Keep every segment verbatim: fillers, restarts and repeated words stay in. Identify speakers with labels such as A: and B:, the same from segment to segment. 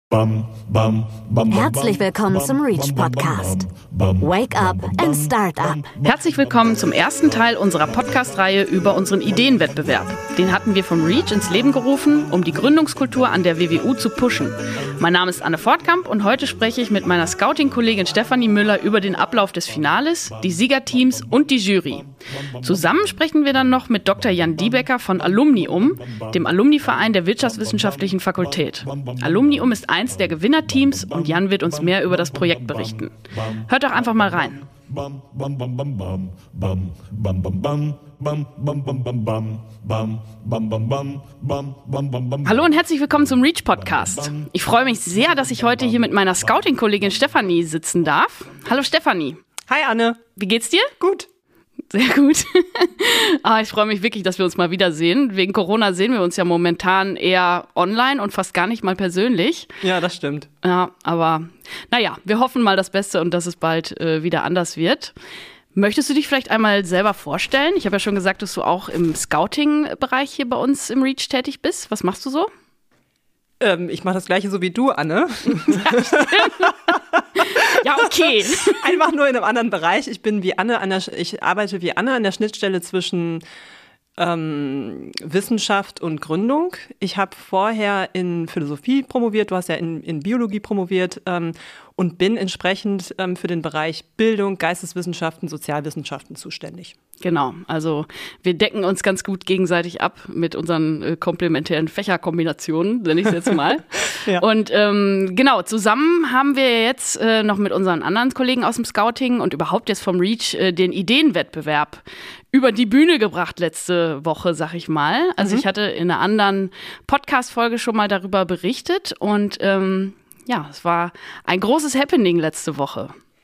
A: Herzlich willkommen zum Reach Podcast. Wake up and start up.
B: Herzlich willkommen zum ersten Teil unserer Podcast-Reihe über unseren Ideenwettbewerb. Den hatten wir vom Reach ins Leben gerufen, um die Gründungskultur an der W W U zu pushen. Mein Name ist Anne Fortkamp und heute spreche ich mit meiner Scouting-Kollegin Stefanie Müller über den Ablauf des Finales, die Siegerteams und die Jury. Zusammen sprechen wir dann noch mit Doktor Jan Diebecker von Alumnium, dem Alumni-Verein der Wirtschaftswissenschaftlichen Fakultät. Alumnium ist eins der Gewinnerteams und Jan wird uns mehr über das Projekt berichten. Hört doch einfach mal rein. Hallo und herzlich willkommen zum Reach Podcast. Ich freue mich sehr, dass ich heute hier mit meiner Scouting-Kollegin Stefanie sitzen darf. Hallo Stefanie.
C: Hi Anne.
B: Wie geht's dir?
C: Gut.
B: Sehr gut. ah, ich freue mich wirklich, dass wir uns mal wiedersehen. Wegen Corona sehen wir uns ja momentan eher online und fast gar nicht mal persönlich.
C: Ja, das stimmt.
B: Ja, aber naja, wir hoffen mal das Beste und dass es bald äh, wieder anders wird. Möchtest du dich vielleicht einmal selber vorstellen? Ich habe ja schon gesagt, dass du auch im Scouting-Bereich hier bei uns im Reach tätig bist. Was machst du so?
C: Ähm, ich mache das Gleiche so wie du, Anne.
B: Ja, okay.
C: Einfach nur in einem anderen Bereich. Ich bin wie Anne an der, ich arbeite wie Anne an der Schnittstelle zwischen ähm, Wissenschaft und Gründung. Ich habe vorher in Philosophie promoviert, du hast ja in, in Biologie promoviert ähm, und bin entsprechend ähm, für den Bereich Bildung, Geisteswissenschaften, Sozialwissenschaften zuständig.
B: Genau, also wir decken uns ganz gut gegenseitig ab mit unseren äh, komplementären Fächerkombinationen, nenne ich es jetzt mal. Ja. Und ähm, genau, zusammen haben wir jetzt äh, noch mit unseren anderen Kollegen aus dem Scouting und überhaupt jetzt vom Reach äh, den Ideenwettbewerb über die Bühne gebracht letzte Woche, sag ich mal. Also mhm. ich hatte in einer anderen Podcast-Folge schon mal darüber berichtet und ähm, ja, es war ein großes Happening letzte Woche.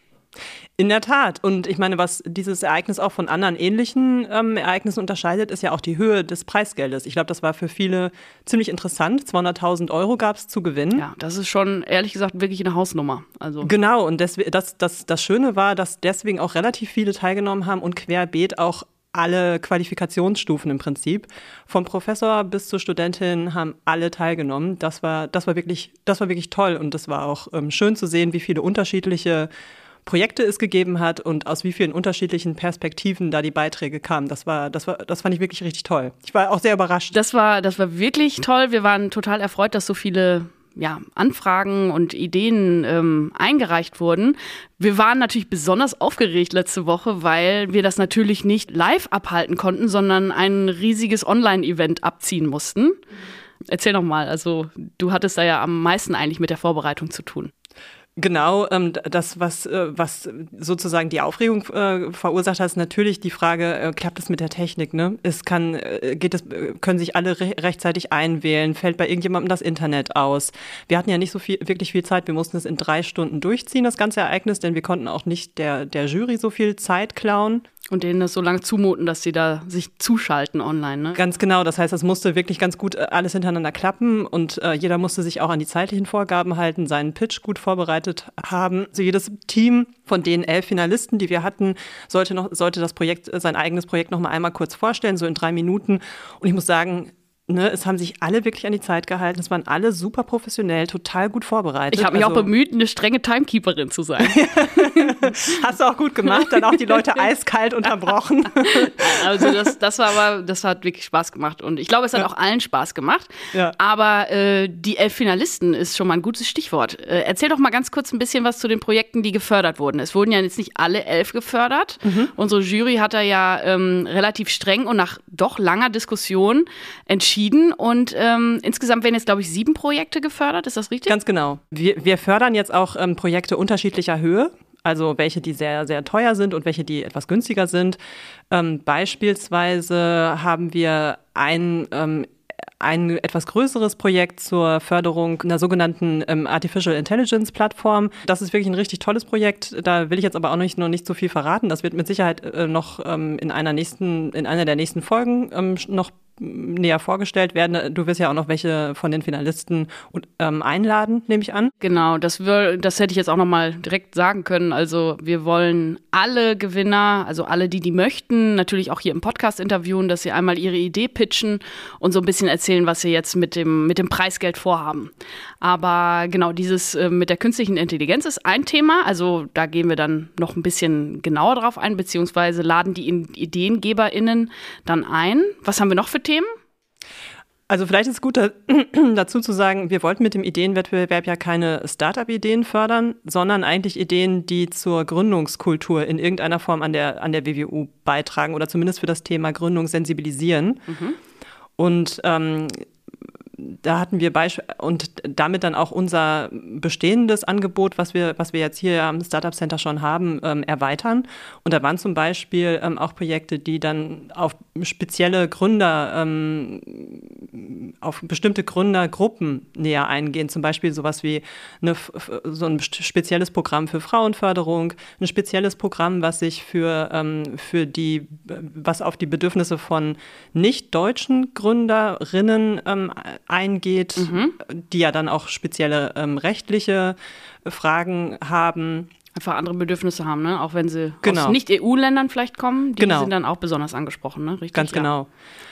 C: In der Tat. Und ich meine, was dieses Ereignis auch von anderen ähnlichen ähm, Ereignissen unterscheidet, ist ja auch die Höhe des Preisgeldes. Ich glaube, das war für viele ziemlich interessant. zweihunderttausend Euro gab es zu gewinnen.
B: Ja, das ist schon, ehrlich gesagt, wirklich eine Hausnummer. Also
C: genau. Und das, das, das, das Schöne war, dass deswegen auch relativ viele teilgenommen haben und querbeet auch alle Qualifikationsstufen im Prinzip. Vom Professor bis zur Studentin haben alle teilgenommen. Das war, das war wirklich, das war wirklich toll. Und das war auch ähm, schön zu sehen, wie viele unterschiedliche Projekte es gegeben hat und aus wie vielen unterschiedlichen Perspektiven da die Beiträge kamen. Das war, das war, das fand ich wirklich richtig toll. Ich war auch sehr überrascht.
B: Das war, das war wirklich toll. Wir waren total erfreut, dass so viele ja, Anfragen und Ideen ähm, eingereicht wurden. Wir waren natürlich besonders aufgeregt letzte Woche, weil wir das natürlich nicht live abhalten konnten, sondern ein riesiges Online-Event abziehen mussten. Erzähl noch mal, also du hattest da ja am meisten eigentlich mit der Vorbereitung zu tun.
C: Genau, ähm, das, was, äh, was sozusagen die Aufregung äh, verursacht hat, ist natürlich die Frage, äh, klappt es mit der Technik, ne? Es kann, äh, geht es, können sich alle re- rechtzeitig einwählen, fällt bei irgendjemandem das Internet aus? Wir hatten ja nicht so viel, wirklich viel Zeit, wir mussten es in drei Stunden durchziehen, das ganze Ereignis, denn wir konnten auch nicht der, der Jury so viel Zeit klauen.
B: Und denen das so lange zumuten, dass sie da sich zuschalten online, ne?
C: Ganz genau, das heißt, es musste wirklich ganz gut alles hintereinander klappen und äh, jeder musste sich auch an die zeitlichen Vorgaben halten, seinen Pitch gut vorbereitet haben. Also jedes Team von den elf Finalisten, die wir hatten, sollte, noch, sollte das Projekt, sein eigenes Projekt noch mal einmal kurz vorstellen, so in drei Minuten. Und ich muss sagen, Ne, es haben sich alle wirklich an die Zeit gehalten. Es waren alle super professionell, total gut vorbereitet.
B: Ich habe mich
C: also,
B: auch bemüht, eine strenge Timekeeperin zu sein.
C: Hast du auch gut gemacht, dann auch die Leute eiskalt unterbrochen.
B: Also das, das war aber, das hat wirklich Spaß gemacht. Und ich glaube, es hat ja auch allen Spaß gemacht. Ja. Aber äh, die elf Finalisten ist schon mal ein gutes Stichwort. Äh, erzähl doch mal ganz kurz ein bisschen was zu den Projekten, die gefördert wurden. Es wurden ja jetzt nicht alle elf gefördert. Mhm. Unsere Jury hat da ja ähm, relativ streng und nach doch langer Diskussion entschieden. Und ähm, insgesamt werden jetzt, glaube ich, sieben Projekte gefördert. Ist das richtig?
C: Ganz genau. Wir, wir fördern jetzt auch ähm, Projekte unterschiedlicher Höhe. Also welche, die sehr, sehr teuer sind und welche, die etwas günstiger sind. Ähm, beispielsweise haben wir ein ähm, ein etwas größeres Projekt zur Förderung einer sogenannten ähm, Artificial Intelligence Plattform. Das ist wirklich ein richtig tolles Projekt. Da will ich jetzt aber auch nicht, noch nicht so viel verraten. Das wird mit Sicherheit äh, noch ähm, in einer nächsten, in einer der nächsten Folgen ähm, noch näher vorgestellt werden. Du wirst ja auch noch welche von den Finalisten ähm, einladen, nehme ich an.
B: Genau, das, wir, das hätte ich jetzt auch noch mal direkt sagen können. Also wir wollen alle Gewinner, also alle, die die möchten, natürlich auch hier im Podcast interviewen, dass sie einmal ihre Idee pitchen und so ein bisschen erzählen, was sie jetzt mit dem, mit dem Preisgeld vorhaben. Aber genau, dieses äh, mit der künstlichen Intelligenz ist ein Thema. Also da gehen wir dann noch ein bisschen genauer drauf ein, beziehungsweise laden die IdeengeberInnen dann ein. Was haben wir noch für Themen?
C: Also vielleicht ist es gut, da, dazu zu sagen, wir wollten mit dem Ideenwettbewerb ja keine Start-up-Ideen fördern, sondern eigentlich Ideen, die zur Gründungskultur in irgendeiner Form an der, an der W W U beitragen oder zumindest für das Thema Gründung sensibilisieren. Mhm. Und ähm, da hatten wir Beisp- und damit dann auch unser bestehendes Angebot, was wir, was wir jetzt hier am Startup Center schon haben, ähm, erweitern. Und da waren zum Beispiel ähm, auch Projekte, die dann auf spezielle Gründer, ähm, auf bestimmte Gründergruppen näher eingehen. Zum Beispiel sowas wie eine, so ein spezielles Programm für Frauenförderung, ein spezielles Programm, was sich für, ähm, für die, was auf die Bedürfnisse von nicht-deutschen Gründerinnen ähm, eingeht, mhm. die ja dann auch spezielle ähm, rechtliche Fragen haben.
B: Einfach andere Bedürfnisse haben, ne? Auch wenn sie
C: genau.
B: aus Nicht-E U-Ländern vielleicht kommen, die
C: genau.
B: sind dann auch besonders angesprochen, ne? Richtig?
C: Ganz
B: ja.
C: genau.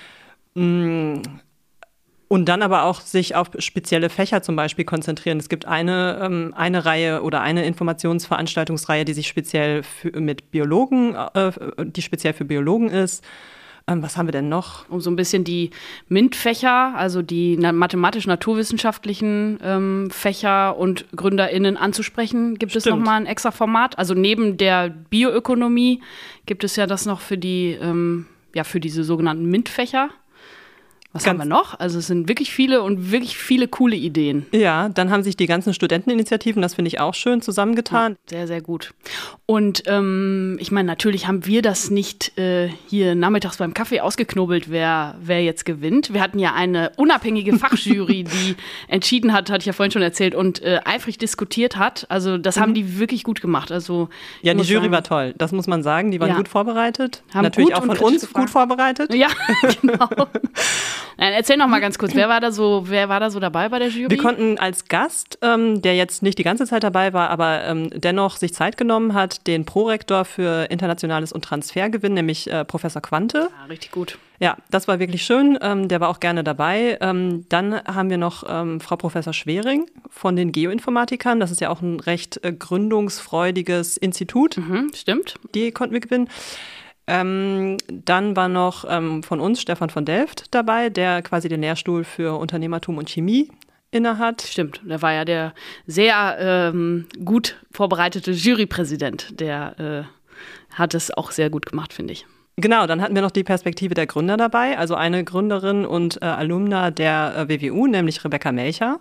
C: Und dann aber auch sich auf spezielle Fächer zum Beispiel konzentrieren. Es gibt eine, ähm, eine Reihe oder eine Informationsveranstaltungsreihe, die sich speziell für, mit Biologen, äh, die speziell für Biologen ist. Ähm, was haben wir denn noch?
B: Um so ein bisschen die MINT-Fächer, also die na- mathematisch-naturwissenschaftlichen ähm, Fächer und GründerInnen anzusprechen, gibt Stimmt. es nochmal ein extra Format. Also neben der Bioökonomie gibt es ja das noch für die, ähm, ja, für diese sogenannten MINT-Fächer. Was Ganz haben wir noch? Also es sind wirklich viele und wirklich viele coole Ideen.
C: Ja, dann haben sich die ganzen Studenteninitiativen, das finde ich auch schön, zusammengetan.
B: Ja, sehr, sehr gut. Und ähm, ich meine, natürlich haben wir das nicht äh, hier nachmittags beim Kaffee ausgeknobelt, wer, wer jetzt gewinnt. Wir hatten ja eine unabhängige Fachjury, die entschieden hat, hatte ich ja vorhin schon erzählt, und äh, eifrig diskutiert hat. Also das mhm. haben die wirklich gut gemacht. Also
C: ja, die Jury sagen, war toll, das muss man sagen. Die waren ja. gut vorbereitet.
B: Haben
C: natürlich
B: gut
C: auch von uns gefragt. Gut vorbereitet.
B: Ja, genau. Nein, erzähl noch mal ganz kurz, wer war da so, wer war da so dabei bei der Jury?
C: Wir konnten als Gast, ähm, der jetzt nicht die ganze Zeit dabei war, aber ähm, dennoch sich Zeit genommen hat, den Prorektor für Internationales und Transfer gewinnen, nämlich äh, Professor Quante.
B: Ja, richtig gut.
C: Ja, das war wirklich schön. Ähm, der war auch gerne dabei. Ähm, dann haben wir noch ähm, Frau Professor Schwering von den Geoinformatikern. Das ist ja auch ein recht äh, gründungsfreudiges Institut.
B: Mhm, stimmt.
C: Die konnten wir gewinnen. Ähm, dann war noch ähm, von uns Stefan von Delft dabei, der quasi den Lehrstuhl für Unternehmertum und Chemie innehat.
B: Stimmt, der war ja der sehr ähm, gut vorbereitete Jurypräsident. Der äh, hat es auch sehr gut gemacht, finde ich.
C: Genau, dann hatten wir noch die Perspektive der Gründer dabei, also eine Gründerin und äh, Alumna der äh, W W U, nämlich Rebecca Melcher.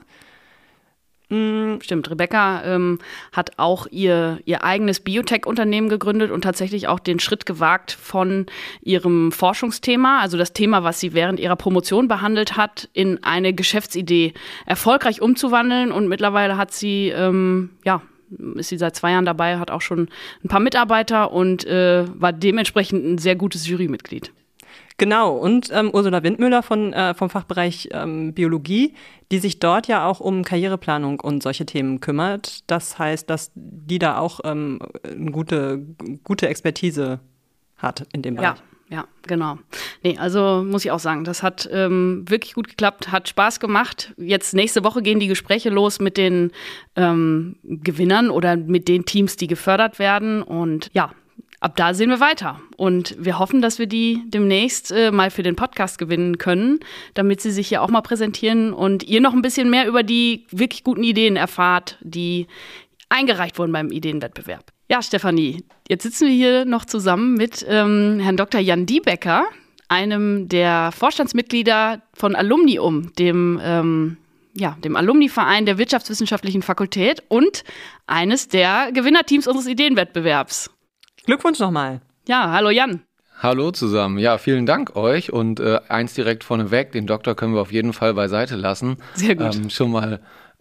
B: Stimmt, Rebecca ähm, hat auch ihr, ihr eigenes Biotech-Unternehmen gegründet und tatsächlich auch den Schritt gewagt von ihrem Forschungsthema, also das Thema, was sie während ihrer Promotion behandelt hat, in eine Geschäftsidee erfolgreich umzuwandeln. Und mittlerweile hat sie, ähm, ja, ist sie seit zwei Jahren dabei, hat auch schon ein paar Mitarbeiter und äh, war dementsprechend ein sehr gutes Jurymitglied.
C: Genau, und ähm, Ursula Windmüller von, äh, vom Fachbereich ähm, Biologie, die sich dort ja auch um Karriereplanung und solche Themen kümmert. Das heißt, dass die da auch ähm, eine gute, gute Expertise hat in dem Bereich.
B: Ja, ja, genau. Nee, also muss ich auch sagen, das hat ähm, wirklich gut geklappt, hat Spaß gemacht. Jetzt nächste Woche gehen die Gespräche los mit den ähm, Gewinnern oder mit den Teams, die gefördert werden. Und ja, ab da sehen wir weiter. Und wir hoffen, dass wir die demnächst äh, mal für den Podcast gewinnen können, damit sie sich hier auch mal präsentieren und ihr noch ein bisschen mehr über die wirklich guten Ideen erfahrt, die eingereicht wurden beim Ideenwettbewerb. Ja, Stefanie, jetzt sitzen wir hier noch zusammen mit ähm, Herrn Doktor Jan Diebecker, einem der Vorstandsmitglieder von Alumnium, dem ähm, ja, dem Alumni-Verein der Wirtschaftswissenschaftlichen Fakultät und eines der Gewinnerteams unseres Ideenwettbewerbs.
C: Glückwunsch nochmal.
B: Ja, hallo Jan.
D: Hallo zusammen. Ja, vielen Dank euch. Und äh, eins direkt vorneweg, den Doktor können wir auf jeden Fall beiseite lassen.
B: Sehr gut.
D: Ähm, schon mal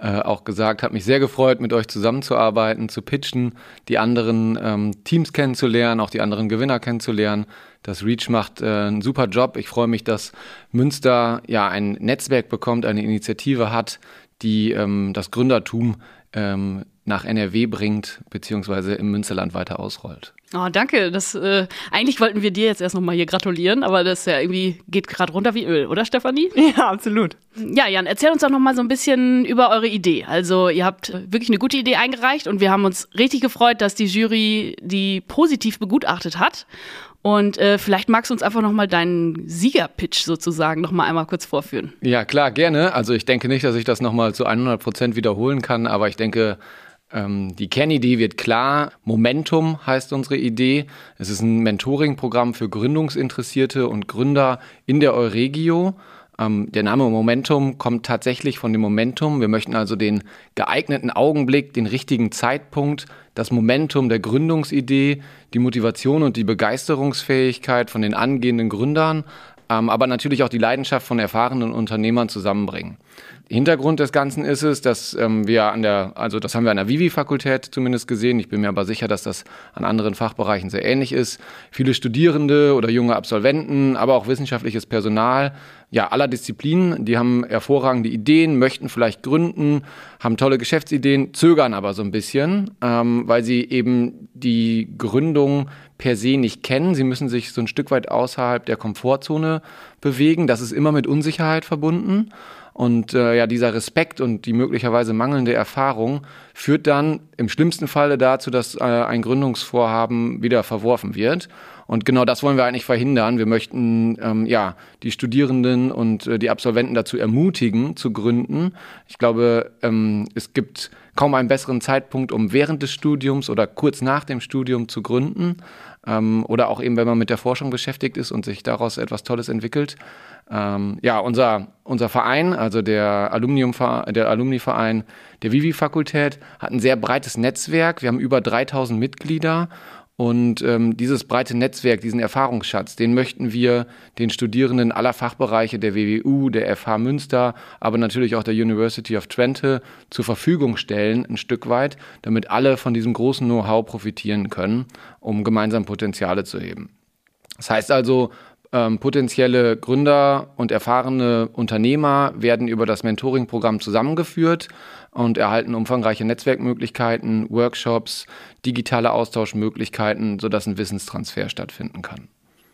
D: äh, auch gesagt. Hat mich sehr gefreut, mit euch zusammenzuarbeiten, zu pitchen, die anderen ähm, Teams kennenzulernen, auch die anderen Gewinner kennenzulernen. Das Reach macht äh, einen super Job. Ich freue mich, dass Münster ja ein Netzwerk bekommt, eine Initiative hat, die ähm, das Gründertum ähm, nach N R W bringt, beziehungsweise im Münsterland weiter ausrollt.
B: Oh, danke. Das, äh, eigentlich wollten wir dir jetzt erst nochmal hier gratulieren, aber das ja irgendwie geht gerade runter wie Öl, oder Stefanie?
C: Ja, absolut.
B: Ja, Jan, erzähl uns doch nochmal so ein bisschen über eure Idee. Also ihr habt wirklich eine gute Idee eingereicht und wir haben uns richtig gefreut, dass die Jury die positiv begutachtet hat. Und äh, vielleicht magst du uns einfach nochmal deinen Siegerpitch sozusagen nochmal einmal kurz vorführen.
D: Ja, klar, gerne. Also ich denke nicht, dass ich das nochmal zu hundert Prozent wiederholen kann, aber ich denke, ähm, die Kernidee wird klar. Momentum heißt unsere Idee. Es ist ein Mentoring-Programm für Gründungsinteressierte und Gründer in der Euregio. Ähm, der Name Momentum kommt tatsächlich von dem Momentum. Wir möchten also den geeigneten Augenblick, den richtigen Zeitpunkt, das Momentum der Gründungsidee, die Motivation und die Begeisterungsfähigkeit von den angehenden Gründern, ähm, aber natürlich auch die Leidenschaft von erfahrenen Unternehmern zusammenbringen. Hintergrund des Ganzen ist es, dass ähm, wir an der, also das haben wir an der Vivi-Fakultät zumindest gesehen. Ich bin mir aber sicher, dass das an anderen Fachbereichen sehr ähnlich ist. Viele Studierende oder junge Absolventen, aber auch wissenschaftliches Personal, ja, aller Disziplinen, die haben hervorragende Ideen, möchten vielleicht gründen, haben tolle Geschäftsideen, zögern aber so ein bisschen, ähm, weil sie eben die Gründung per se nicht kennen. Sie müssen sich so ein Stück weit außerhalb der Komfortzone bewegen. Das ist immer mit Unsicherheit verbunden. Und äh, ja, dieser Respekt und die möglicherweise mangelnde Erfahrung führt dann im schlimmsten Falle dazu, dass äh, ein Gründungsvorhaben wieder verworfen wird. Und genau das wollen wir eigentlich verhindern. Wir möchten ähm, ja die Studierenden und äh, die Absolventen dazu ermutigen, zu gründen. Ich glaube, ähm, es gibt kaum einen besseren Zeitpunkt, um während des Studiums oder kurz nach dem Studium zu gründen. Ähm, oder auch eben, wenn man mit der Forschung beschäftigt ist und sich daraus etwas Tolles entwickelt. Ähm, ja, unser, unser Verein, also der, Alumniumverein, der Alumni-Verein der Vivi-Fakultät, hat ein sehr breites Netzwerk. Wir haben über dreitausend Mitglieder. Und ähm, dieses breite Netzwerk, diesen Erfahrungsschatz, den möchten wir den Studierenden aller Fachbereiche der W W U, der F H Münster, aber natürlich auch der University of Twente zur Verfügung stellen, ein Stück weit, damit alle von diesem großen Know-how profitieren können, um gemeinsam Potenziale zu heben. Das heißt also, ähm, potenzielle Gründer und erfahrene Unternehmer werden über das Mentoring-Programm zusammengeführt und erhalten umfangreiche Netzwerkmöglichkeiten, Workshops, digitale Austauschmöglichkeiten, sodass ein Wissenstransfer stattfinden kann.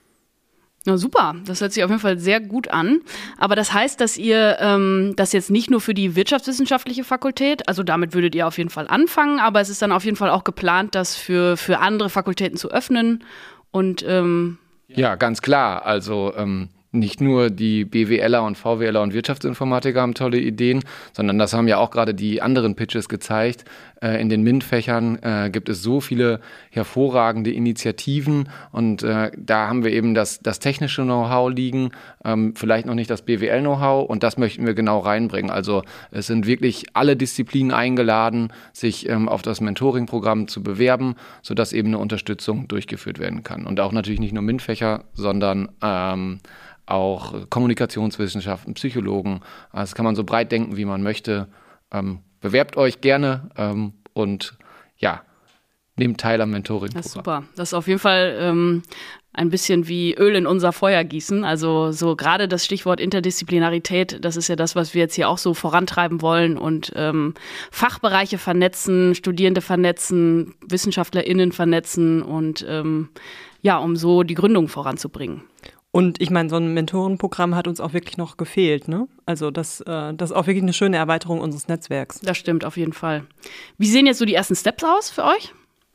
B: Na super, das hört sich auf jeden Fall sehr gut an. Aber das heißt, dass ihr ähm, das jetzt nicht nur für die wirtschaftswissenschaftliche Fakultät, also damit würdet ihr auf jeden Fall anfangen, aber es ist dann auf jeden Fall auch geplant, das für, für andere Fakultäten zu öffnen und ähm
D: ja, ganz klar. Also ähm, nicht nur die BWLer und VWLer und Wirtschaftsinformatiker haben tolle Ideen, sondern das haben ja auch gerade die anderen Pitches gezeigt. Äh, in den MINT-Fächern äh, gibt es so viele hervorragende Initiativen und äh, da haben wir eben das, das technische Know-how liegen, ähm, vielleicht noch nicht das B W L-Know-how und das möchten wir genau reinbringen. Also es sind wirklich alle Disziplinen eingeladen, sich ähm, auf das Mentoring-Programm zu bewerben, sodass eben eine Unterstützung durchgeführt werden kann. Und auch natürlich nicht nur MINT-Fächer, sondern ähm, auch Kommunikationswissenschaften, Psychologen. Das kann man so breit denken, wie man möchte. Ähm, bewerbt euch gerne ähm, und ja, nehmt teil am Mentoring-Programm.
B: Das ist super. Das ist auf jeden Fall ähm, ein bisschen wie Öl in unser Feuer gießen. Also so gerade das Stichwort Interdisziplinarität, das ist ja das, was wir jetzt hier auch so vorantreiben wollen und ähm, Fachbereiche vernetzen, Studierende vernetzen, WissenschaftlerInnen vernetzen und ähm, ja, um so die Gründung voranzubringen.
C: Und ich meine, so ein Mentorenprogramm hat uns auch wirklich noch gefehlt, ne? Also das, äh, das ist auch wirklich eine schöne Erweiterung unseres Netzwerks.
B: Das stimmt, auf jeden Fall. Wie sehen jetzt so die ersten Steps aus für euch?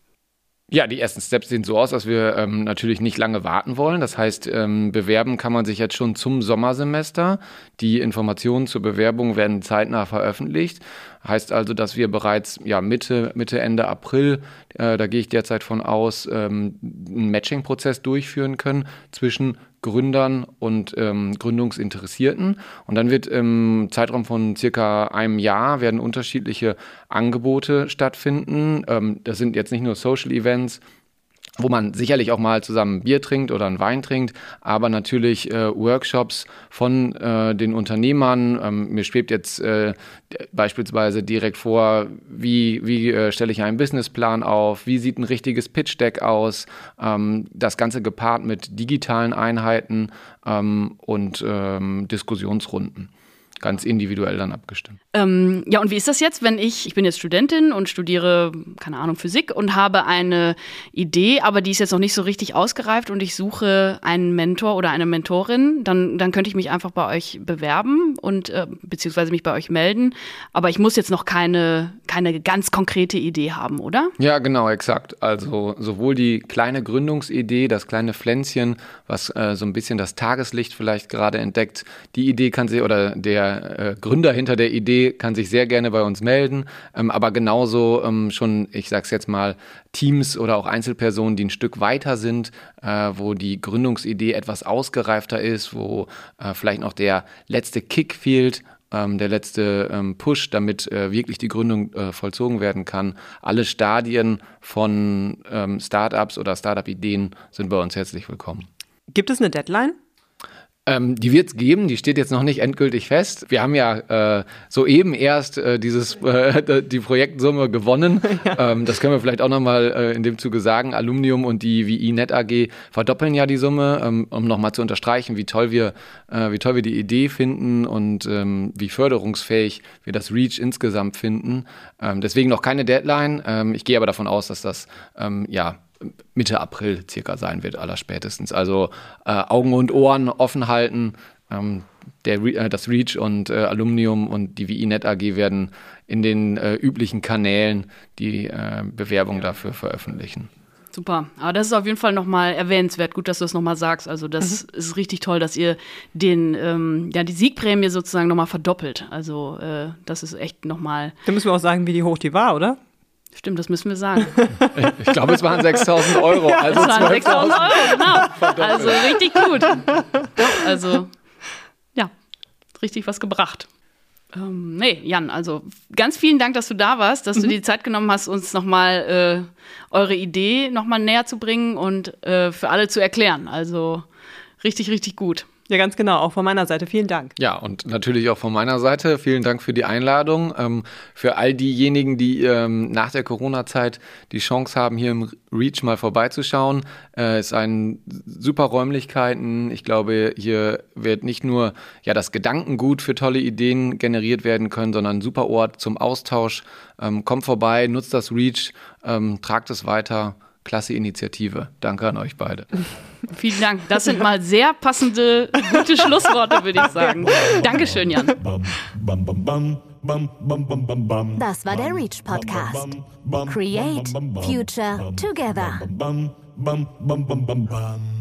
D: Ja, die ersten Steps sehen so aus, dass wir ähm, natürlich nicht lange warten wollen. Das heißt, ähm, bewerben kann man sich jetzt schon zum Sommersemester. Die Informationen zur Bewerbung werden zeitnah veröffentlicht. Heißt also, dass wir bereits ja, Mitte, Mitte, Ende April, äh, da gehe ich derzeit von aus, ähm, einen Matching-Prozess durchführen können zwischen Gründern und ähm, Gründungsinteressierten. Und dann wird im Zeitraum von circa einem Jahr werden unterschiedliche Angebote stattfinden. Ähm, das sind jetzt nicht nur Social Events, wo man sicherlich auch mal zusammen Bier trinkt oder einen Wein trinkt, aber natürlich äh, Workshops von äh, den Unternehmern. Ähm, mir schwebt jetzt äh, beispielsweise direkt vor, wie, wie äh, stelle ich einen Businessplan auf, wie sieht ein richtiges Pitch-Deck aus, ähm, das Ganze gepaart mit digitalen Einheiten ähm, und ähm, Diskussionsrunden. Ganz individuell dann abgestimmt.
B: Ähm, ja, und wie ist das jetzt, wenn ich, ich bin jetzt Studentin und studiere, keine Ahnung, Physik und habe eine Idee, aber die ist jetzt noch nicht so richtig ausgereift und ich suche einen Mentor oder eine Mentorin, dann, dann könnte ich mich einfach bei euch bewerben und äh, beziehungsweise mich bei euch melden, aber ich muss jetzt noch keine, keine ganz konkrete Idee haben, oder?
D: Ja, genau, exakt. Also sowohl die kleine Gründungsidee, das kleine Pflänzchen, was äh, so ein bisschen das Tageslicht vielleicht gerade entdeckt, die Idee kann sie oder der äh, Gründer hinter der Idee kann sich sehr gerne bei uns melden, ähm, aber genauso ähm, schon, ich sag's jetzt mal, Teams oder auch Einzelpersonen, die ein Stück weiter sind, äh, wo die Gründungsidee etwas ausgereifter ist, wo äh, vielleicht noch der letzte Kick fehlt, ähm, der letzte ähm, Push, damit äh, wirklich die Gründung äh, vollzogen werden kann. Alle Stadien von ähm, Startups oder Startup-Ideen sind bei uns herzlich willkommen.
C: Gibt es eine Deadline?
D: Ähm, die wird es geben, die steht jetzt noch nicht endgültig fest. Wir haben ja äh, soeben erst äh, dieses, äh, die Projektsumme gewonnen. Ja. Ähm, das können wir vielleicht auch nochmal äh, in dem Zuge sagen. Alumnium und die W I-Net A G verdoppeln ja die Summe, ähm, um nochmal zu unterstreichen, wie toll wir, äh, wie toll wir die Idee finden und ähm, wie förderungsfähig wir das Reach insgesamt finden. Ähm, deswegen noch keine Deadline. Ähm, ich gehe aber davon aus, dass das ähm, ja Mitte April circa sein wird, allerspätestens. Also äh, Augen und Ohren offen halten. Ähm, der, äh, das Reach und äh, Alumnium und die W I-Net A G werden in den äh, üblichen Kanälen die äh, Bewerbung dafür veröffentlichen.
B: Super, aber das ist auf jeden Fall nochmal erwähnenswert. Gut, dass du das nochmal sagst. Also das mhm. ist richtig toll, dass ihr den, ähm, ja, die Siegprämie sozusagen nochmal verdoppelt. Also äh, das ist echt nochmal...
C: Da müssen wir auch sagen, wie hoch die war, oder?
B: Stimmt, das müssen wir sagen.
D: Ich glaube, es waren sechstausend Euro. Also
B: es waren sechstausend Euro, genau. Also richtig gut. Also, ja, richtig was gebracht. Ähm, nee, Jan, also ganz vielen Dank, dass du da warst, dass mhm. du dir die Zeit genommen hast, uns nochmal äh, eure Idee nochmal näher zu bringen und äh, für alle zu erklären. Also richtig, richtig gut.
C: Ja, ganz genau. Auch von meiner Seite. Vielen Dank.
D: Ja, und natürlich auch von meiner Seite. Vielen Dank für die Einladung. Ähm, für all diejenigen, die ähm, nach der Corona-Zeit die Chance haben, hier im Reach mal vorbeizuschauen. Äh, es sind super Räumlichkeiten. Ich glaube, hier wird nicht nur ja, das Gedankengut für tolle Ideen generiert werden können, sondern ein super Ort zum Austausch. Ähm, kommt vorbei, nutzt das Reach, ähm, tragt es weiter. Klasse Initiative. Danke an euch beide.
B: Vielen Dank. Das sind mal sehr passende, gute Schlussworte, würde ich sagen. Dankeschön, Jan.
A: Das war der Reach Podcast. Create Future Together.